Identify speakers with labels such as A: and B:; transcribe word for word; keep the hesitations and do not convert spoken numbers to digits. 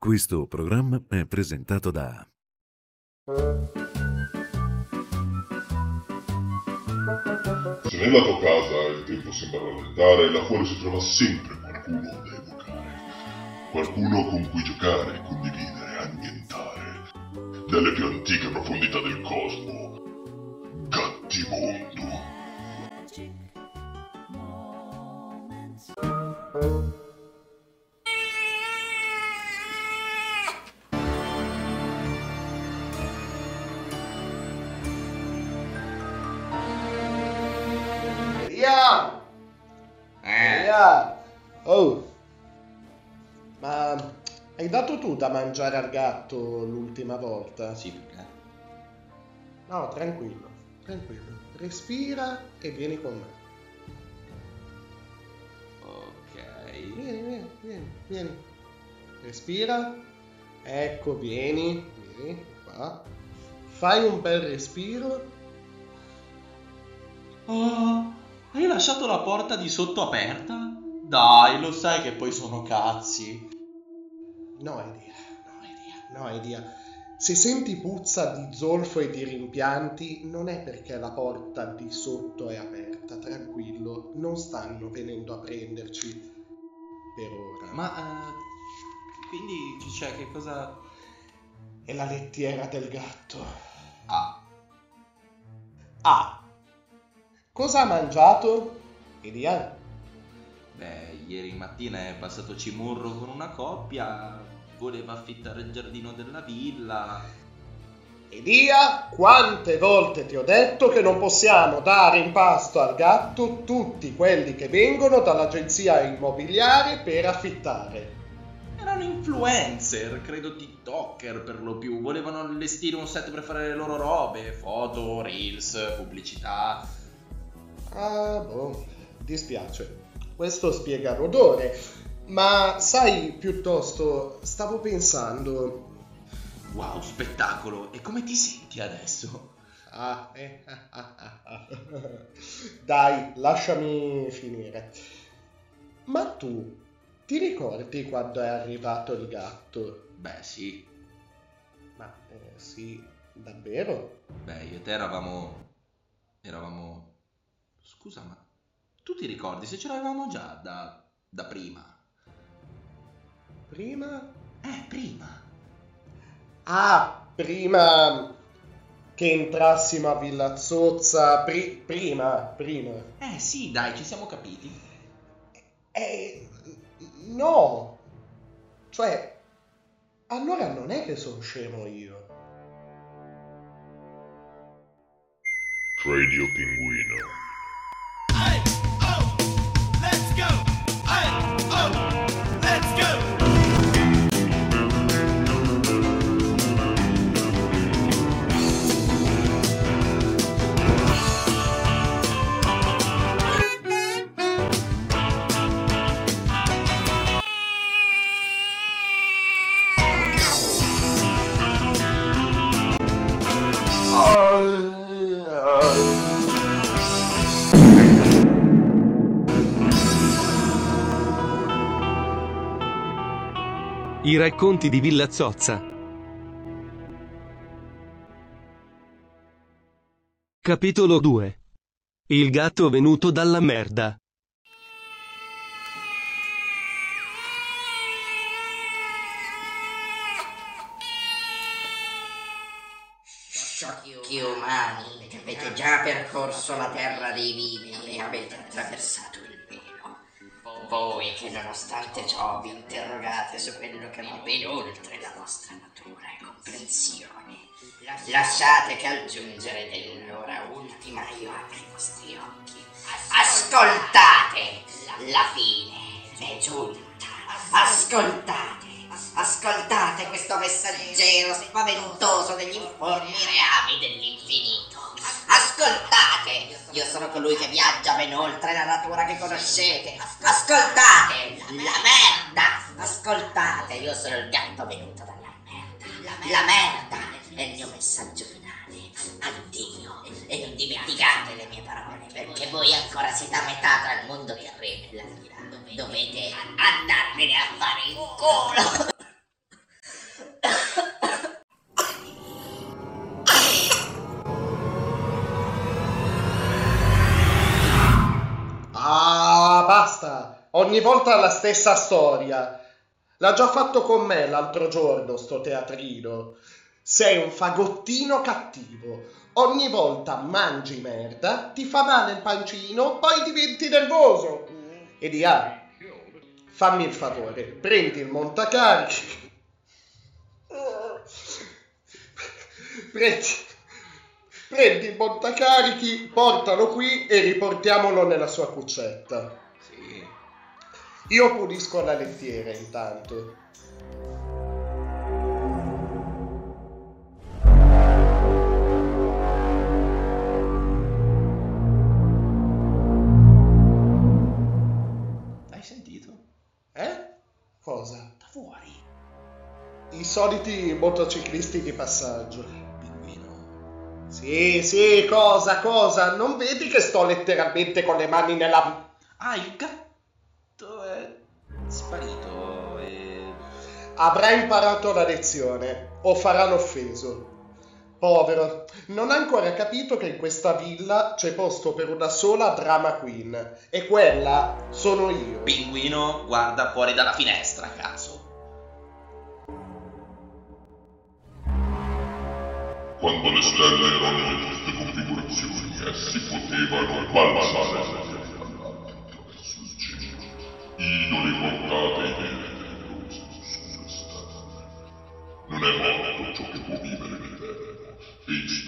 A: Questo programma è presentato da...
B: Se nella tua casa il tempo sembra rallentare, là fuori si trova sempre qualcuno da evocare. Qualcuno con cui giocare, condividere, ambientare. Dalle più antiche profondità del cosmo. Gattimondo.
C: Elia!
D: Eh.
C: Elia! Oh! Ma hai dato tu da mangiare al gatto l'ultima volta?
D: Sì, perché?
C: No, tranquillo, tranquillo. Respira e vieni con me.
D: Ok.
C: Vieni, vieni, vieni, vieni. Respira. Ecco, vieni, vieni, qua. Fai un bel respiro.
D: Oh, hai lasciato la porta di sotto aperta? Dai, lo sai che poi sono cazzi.
C: No, Elia, no, Elia, no, Elia. Se senti puzza di zolfo e di rimpianti, non è perché la porta di sotto è aperta, tranquillo. Non stanno venendo a prenderci per ora.
D: Ma, eh, quindi, cioè, che cosa...
C: È la lettiera del gatto.
D: Ah,
C: Ah! Cosa ha mangiato? Elia?
D: beh, ieri mattina è passato Cimurro con una coppia, voleva affittare il giardino della villa.
C: Elia, quante volte ti ho detto che non possiamo dare in pasto al gatto tutti quelli che vengono dall'agenzia immobiliare per affittare?
D: Erano influencer, credo TikToker per lo più, volevano allestire un set per fare le loro robe, foto, reels, pubblicità.
C: Ah, boh, dispiace. Questo spiega l'odore. Ma sai, piuttosto, stavo pensando...
D: Wow, spettacolo! E come ti senti adesso?
C: Ah, eh, ah, ah, ah, ah. Dai, lasciami finire. Ma tu, ti ricordi quando è arrivato il gatto?
D: Beh, sì.
C: Ma, eh, sì, davvero?
D: Beh, io e te eravamo... Eravamo... Scusa, ma tu ti ricordi se ce l'avevamo già da... da prima?
C: Prima?
D: Eh, prima.
C: Ah, prima che entrassimo a Villa Zozza, pri- prima, prima.
D: Eh, sì, dai, ci siamo capiti.
C: Eh, no. Cioè, allora non è che sono scemo io.
B: Radio Pinguino.
E: I racconti di Villa Zozza. Capitolo due. Il gatto venuto dalla merda.
F: Sciocchi umani, che avete già percorso la terra dei vivi e avete attraversato il velo. Voi che nonostante ciò vi interrogate su quello che va ben oltre la vostra natura e comprensione, lasciate che al giungere dell'ora ultima io apra i vostri occhi. Ascoltate! La fine è giunta. Ascoltate! Ascoltate questo messaggero spaventoso degli informi reami dell'infinito. Ascoltate! Io sono colui che viaggia ben oltre la natura che conoscete. Ascoltate! La merda! Ascoltate! Io sono il gatto venuto dalla merda. La merda è il mio messaggio finale. Addio! E non dimenticate le mie parole, perché voi ancora siete a metà tra il mondo terreno e la vita. Dovete andarvene a fare in culo!
C: ogni volta la stessa storia. L'ha già fatto con me l'altro giorno, sto teatrino. Sei un fagottino cattivo. Ogni volta mangi merda, ti fa male il pancino, poi diventi nervoso. E di ah, fammi il favore, prendi il montacarichi. Prendi, prendi il montacarichi, portalo qui e riportiamolo nella sua cuccetta.
D: Sì.
C: Io pulisco la lettiera intanto.
D: Hai sentito?
C: Eh? Cosa?
D: Da fuori.
C: I soliti motociclisti di passaggio.
D: Pinguino.
C: Sì, sì, cosa, cosa? Non vedi che sto letteralmente con le mani nella...
D: Ah, il gatto è sparito e...
C: Avrà imparato la lezione, o farà l'offeso. Povero, non ha ancora capito che in questa villa c'è posto per una sola drama queen, e quella sono io.
D: Pinguino, guarda fuori dalla finestra, cazzo.
B: Quando le stelle erano in queste configurazioni, essi potevano balzare attraverso il cielo. Io le portate in tenebrose oscure stelle. Non è morto ciò che può vivere in eterno, e i